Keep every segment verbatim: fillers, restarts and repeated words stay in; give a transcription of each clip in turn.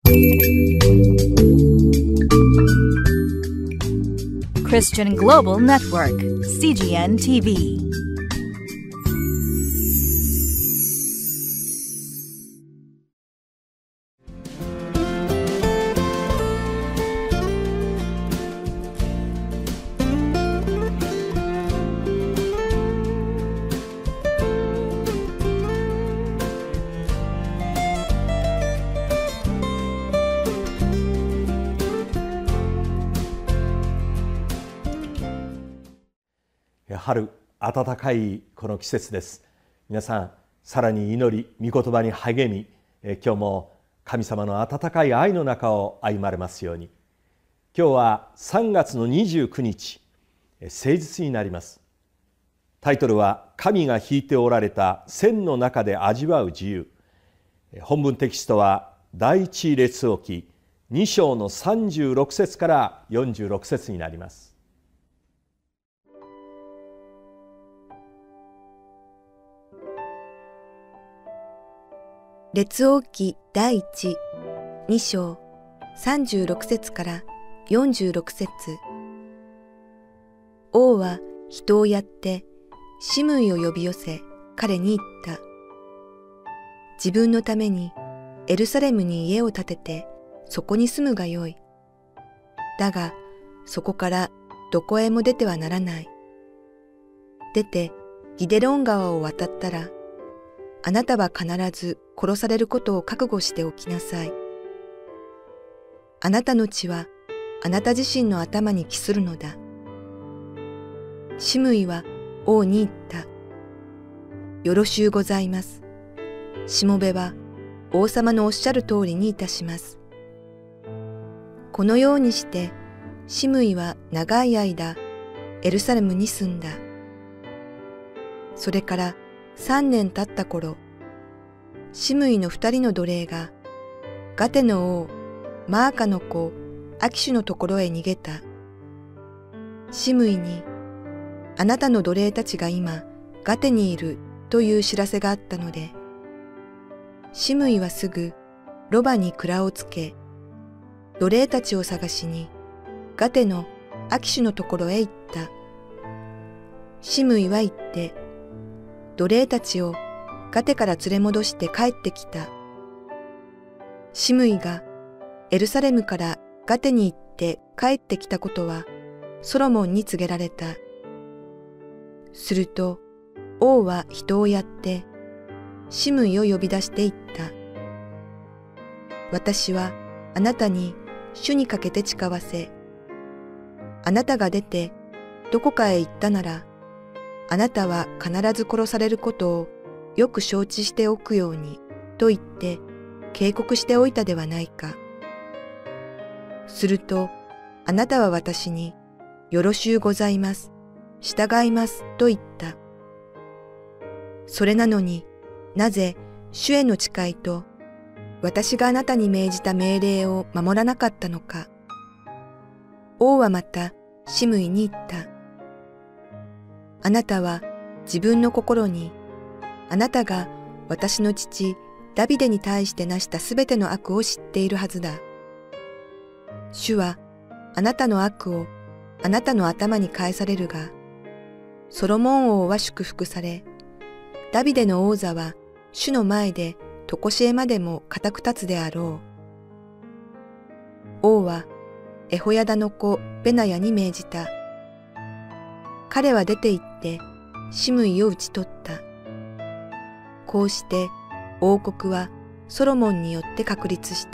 Christian Global Network, C G N T V. 春、暖かいこの季節です。皆さん、さらに祈り、御言葉に励み、え今日も神様の温かい愛の中を歩まれますように。今日はさんがつのにじゅうくにち、誠実になります。タイトルは、神が引いておられた千の中で味わう自由。本文テキストは、第一列王記に章のさんじゅうろく節からよんじゅうろく節になります。 列王記第一、に章、さんじゅうろく節からよんじゅうろく節。王は人をやって、シムイを呼び寄せ、彼に言った。自分のためにエルサレムに家を建てて、そこに住むがよい。だが、そこからどこへも出てはならない。出て、ギデロン川を渡ったら、あなたは必ず殺されることを覚悟しておきなさい。あなたの血はあなた自身の頭に帰するのだ。シムイは王に言った。よろしゅうございます。しもべは王様のおっしゃる通りにいたします。このようにしてシムイは長い間エルサレムに住んだ。それからさんねん経った頃、シムイの二人の奴隷が、ガテの王、マーカの子、アキシュのところへ逃げた。シムイに、あなたの奴隷たちが今、ガテにいるという知らせがあったので、シムイはすぐ、ロバに蔵をつけ、奴隷たちを探しに、ガテのアキシュのところへ行った。シムイは言って、奴隷たちをガテから連れ戻して帰ってきた。シムイがエルサレムからガテに行って帰ってきたことはソロモンに告げられた。すると王は人をやってシムイを呼び出して言った。私はあなたに主にかけて誓わせ、あなたが出てどこかへ行ったなら、あなたは必ず殺されることをよく承知しておくようにと言って警告しておいたではないか。するとあなたは私によろしゅうございます、従いますと言った。それなのになぜ主への誓いと私があなたに命じた命令を守らなかったのか。王はまたシムイに言った。あなたは自分の心に、あなたが私の父ダビデに対してなしたすべての悪を知っているはずだ。主はあなたの悪をあなたの頭に返されるが、ソロモン王は祝福され、ダビデの王座は主の前でとこしえまでも固く立つであろう。王はエホヤダの子ベナヤに命じた。彼は出て行ってシムイを討ち取った。こうして王国はソロモンによって確立した。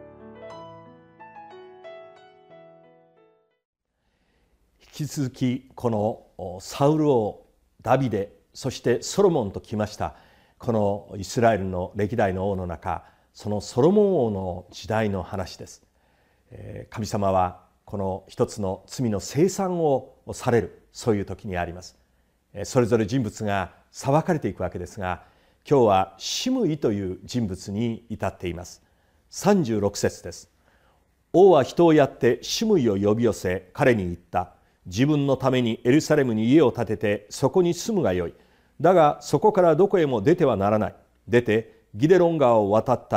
引き続きこのサウル王、ダビデ、そしてソロモンときました。このイスラエルの歴代の王の中、そのソロモン王の時代の話です。神様はこの一つの罪の清算をされる、そういう時にあります。それぞれ人物が裁かれていくわけですが、今日はシムイという人物に至っています。さんじゅうろく節です。王は人をやってシムイを呼び寄せ、彼に言った。自分のためにエルサレムに家を建ててそこに住むがよい。だがそこからどこへも出てはならない。出てギデロン川を渡ったら、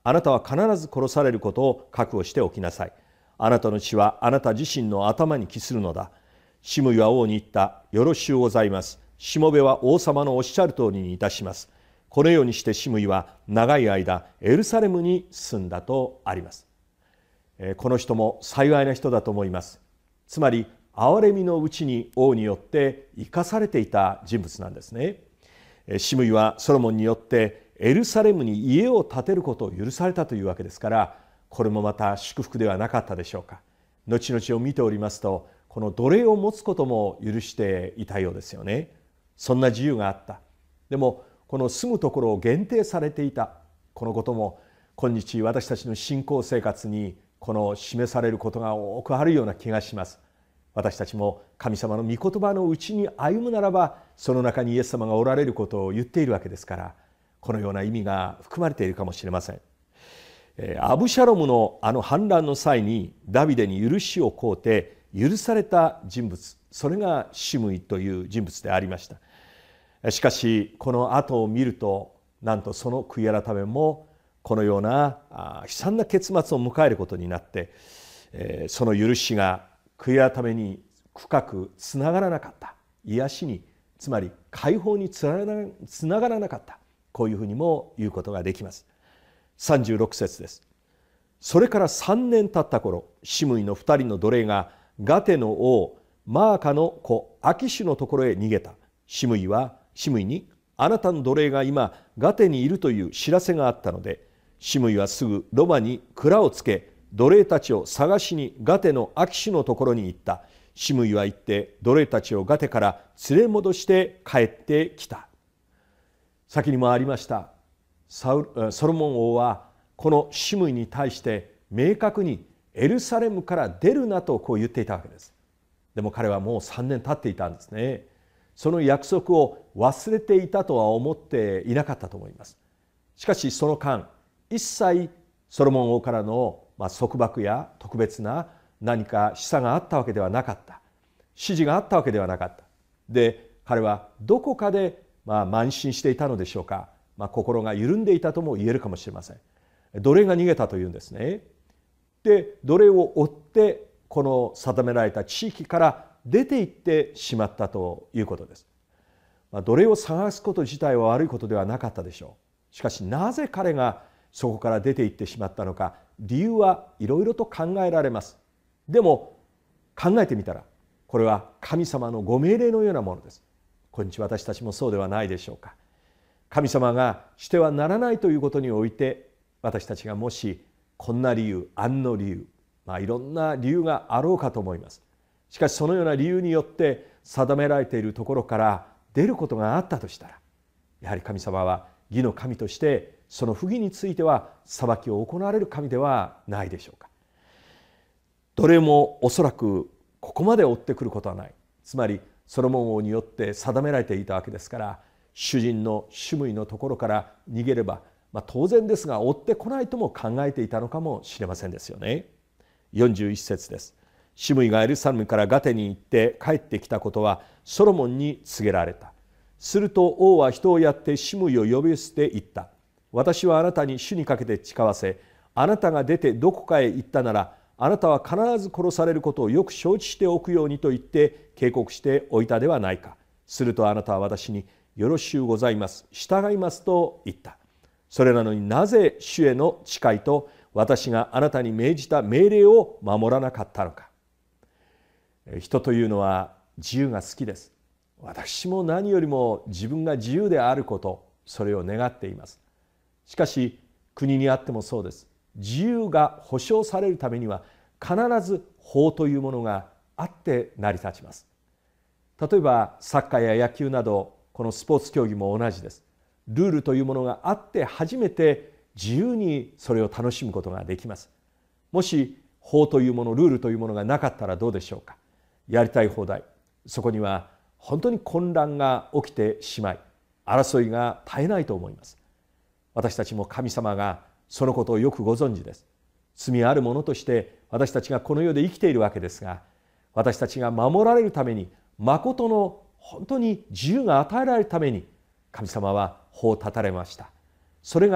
あなたは必ず殺されることを覚悟しておきなさい。あなたの血はあなた自身の頭に帰するのだ。シムイは王に言った。よろしゅうございます。しもべは王様のおっしゃる通りにいたします。このようにしてシムイは長い間エルサレムに住んだとあります。この人も幸いな人だと思います。つまり憐れみのうちに王によって生かされていた人物なんですね。シムイはソロモンによってエルサレムに家を建てることを許されたというわけですから、これもまた祝福ではなかったでしょうか。後々を見ておりますと、この奴隷を持つことも許していたようですよね。そんな自由があった。でもこの住むところを限定されていた、このことも今日私たちの信仰生活にこの示されることが多くあるような気がします。私たちも神様の御言葉のうちに歩むならば、その中にイエス様がおられることを言っているわけですから、このような意味が含まれているかもしれません。アブシャロムのあの反乱の際にダビデに許しを請うて許された人物、それがシムイという人物でありました。しかしこの後を見ると、なんとその悔い改めもこのような悲惨な結末を迎えることになって、その許しが悔い改めに深くつながらなかった、癒しに、つまり解放につながらなかった、こういうふうにも言うことができます。さんじゅうろく節です。それからさんねん経った頃、シムイのふたりの奴隷がガテの王マーカの子アキシュのところへ逃げた。シムイはシムイに、あなたの奴隷が今ガテにいるという知らせがあったので、シムイはすぐロバに蔵をつけ、奴隷たちを探しにガテのアキシュのところに行った。シムイは行って奴隷たちをガテから連れ戻して帰ってきた。先にもありました、サウルソロモン王はこのシムイに対して明確にエルサレムから出るなとこう言っていたわけです。でも彼はもうさんねん経っていたんですね。その約束を忘れていたとは思っていなかったと思います。しかしその間一切ソロモン王からのまあ束縛や特別な何か示唆があったわけではなかった、指示があったわけではなかった。で、彼はどこかでまあ慢心していたのでしょうか。まあ、心が緩んでいたとも言えるかもしれません。奴隷が逃げたというんですね。で、奴隷を追ってこの定められた地域から出て行ってしまったということです。まあ、奴隷を探すこと自体は悪いことではなかったでしょう。しかしなぜ彼がそこから出て行ってしまったのか、理由はいろいろと考えられます。でも考えてみたら、これは神様のご命令のようなものです。今日私たちもそうではないでしょうか。神様がしてはならないということにおいて、私たちがもしこんな理由、あんの理由、まあいろんな理由があろうかと思います。しかしそのような理由によって定められているところから出ることがあったとしたら、やはり神様は義の神としてその不義については裁きを行われる神ではないでしょうか。どれもおそらくここまで追ってくることはない。つまりソロモン王によって定められていたわけですから、主人のシムイのところから逃げれば、まあ、当然ですが追ってこないとも考えていたのかもしれませんですよね。よんじゅういち節です。シムイがエルサレムからガテに行って帰ってきたことはソロモンに告げられた。すると王は人をやってシムイを呼び捨て言った。私はあなたに主にかけて誓わせ、あなたが出てどこかへ行ったなら、あなたは必ず殺されることをよく承知しておくようにと言って警告しておいたではないか。するとあなたは私に、よろしゅうございます、従いますと言った。それなのになぜ主への誓いと私があなたに命じた命令を守らなかったのか。人というのは自由が好きです。私も何よりも自分が自由であること、それを願っています。しかし国にあってもそうです。自由が保障されるためには必ず法というものがあって成り立ちます。例えばサッカーや野球などこのスポーツ競技も同じです。ルールというものがあって初めて自由にそれを楽しむことができます。もし法というもの、ルールというものがなかったらどうでしょうか。やりたい放題、そこには本当に混乱が起きてしまい、争いが絶えないと思います。私たちも神様がそのことをよくご存知です。罪あるものとして私たちがこの世で生きているわけですが、私たちが守られるために、誠の本当に自由が与えられるために神様は法を立たれました。それが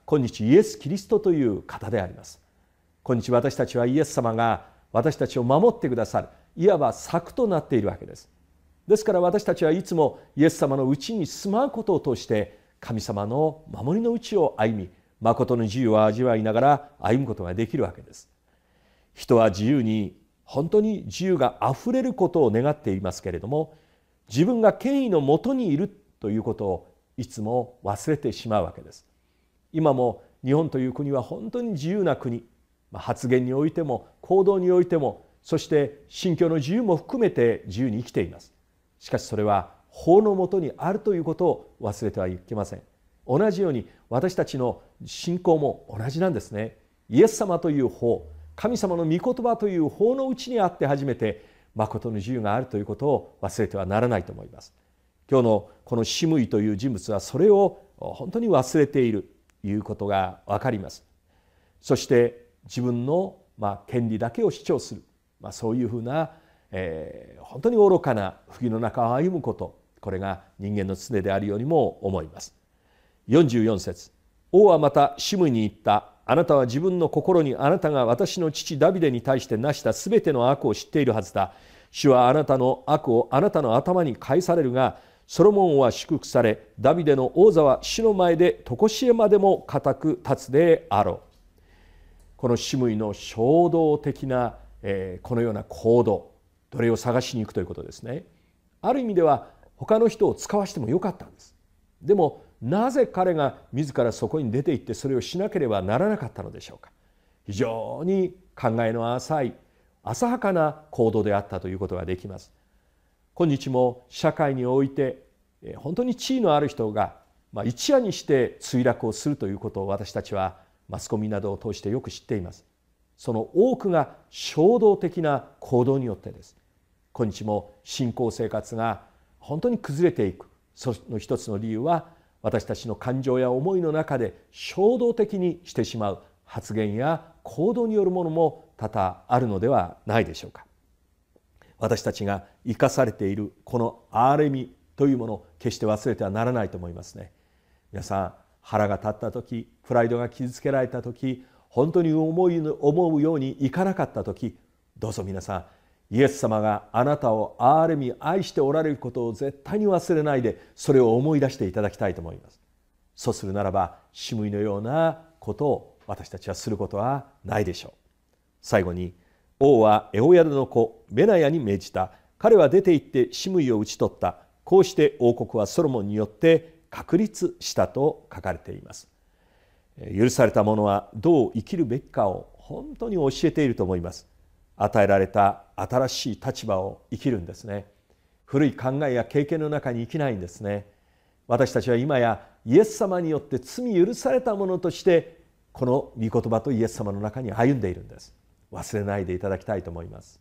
今日イエス・キリストという方であります。今日私たちはイエス様が私たちを守ってくださる、いわば柵となっているわけです。ですから私たちはいつもイエス様のうちに住まうことを通して神様の守りのうちを歩み、誠の自由を味わいながら歩むことができるわけです。人は自由に、本当に自由があふれることを願っていますけれども、自分が権威のもとにいるということをいつも忘れてしまうわけです。今も日本という国は本当に自由な国、発言においても行動においても、そして信教の自由も含めて自由に生きています。しかしそれは法のもとにあるということを忘れてはいけません。同じように私たちの信仰も同じなんですね。イエス様という法、神様の御言葉という法のうちにあって初めて誠の自由があるということを忘れてはならないと思います。今日のこのシムイという人物はそれを本当に忘れているということが分かります。そして自分のまあ権利だけを主張する、まあ、そういうふうな、えー、本当に愚かな不義の中を歩むこと、これが人間の常であるようにも思います。よんじゅうよん節、王はまたシムイに言った。あなたは自分の心にあなたが私の父ダビデに対して成したすべての悪を知っているはずだ。主はあなたの悪をあなたの頭に返されるが、ソロモンは祝福され、ダビデの王座は主の前で常しえまでも固く立つであろう。このシムイの衝動的な、えー、このような行動、どれを探しに行くということですね。ある意味では他の人を使わしてもよかったんです。でもなぜ彼が自らそこに出て行ってそれをしなければならなかったのでしょうか。非常に考えの浅い浅はかな行動であったということができます。今日も社会において本当に地位のある人が一夜にして墜落をするということを私たちはマスコミなどを通してよく知っています。その多くが衝動的な行動によってです。今日も信仰生活が本当に崩れていくその一つの理由は、私たちの感情や思いの中で衝動的にしてしまう発言や行動によるものも多々あるのではないでしょうか。私たちが生かされているこの憐れみというものを決して忘れてはならないと思いますね。皆さん、腹が立った時、プライドが傷つけられた時、本当に思い思うようにいかなかった時、どうぞ皆さん、イエス様があなたを憐れみ愛しておられることを絶対に忘れないで、それを思い出していただきたいと思います。そうするならば、シムイのようなことを私たちはすることはないでしょう。最後に、王はエホヤダの子ベナヤに命じた。彼は出て行ってシムイを討ち取った。こうして王国はソロモンによって確立したと書かれています。許された者はどう生きるべきかを本当に教えていると思います。与えられた新しい立場を生きるんですね。古い考えや経験の中に生きないんですね。私たちは今やイエス様によって罪許されたものとしてこの御言葉とイエス様の中に歩んでいるんです。忘れないでいただきたいと思います。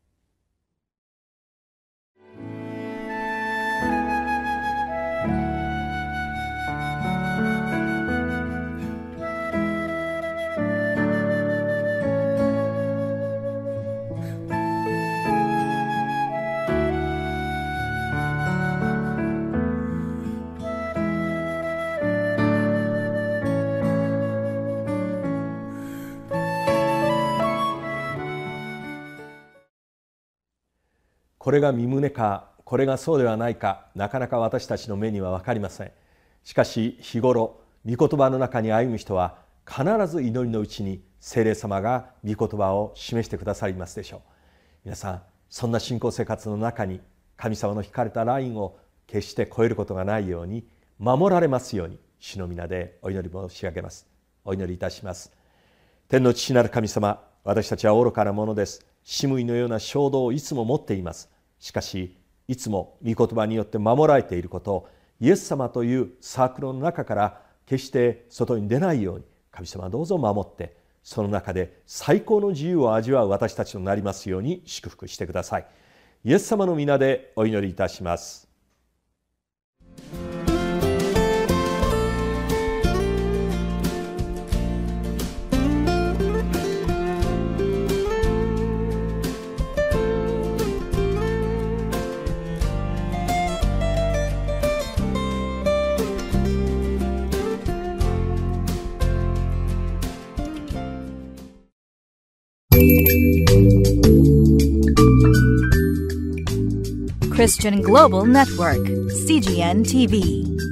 これが身旨か、これがそうではないか、なかなか私たちの目には分かりません。しかし日頃御言葉の中に歩む人は必ず祈りのうちに聖霊様が御言葉を示してくださりますでしょう。皆さん、そんな信仰生活の中に神様の引かれたラインを決して越えることがないように守られますように、主の皆でお祈り申し上げます。お祈りいたします。天の父なる神様、私たちは愚かなものです。シムイのような衝動をいつも持っています。しかしいつも御言葉によって守られていることを、イエス様というサークルの中から決して外に出ないように神様はどうぞ守って、その中で最高の自由を味わう私たちとなりますように祝福してください。イエス様の皆でお祈りいたします。 Christian Global Network, シージーエヌ ティーブイ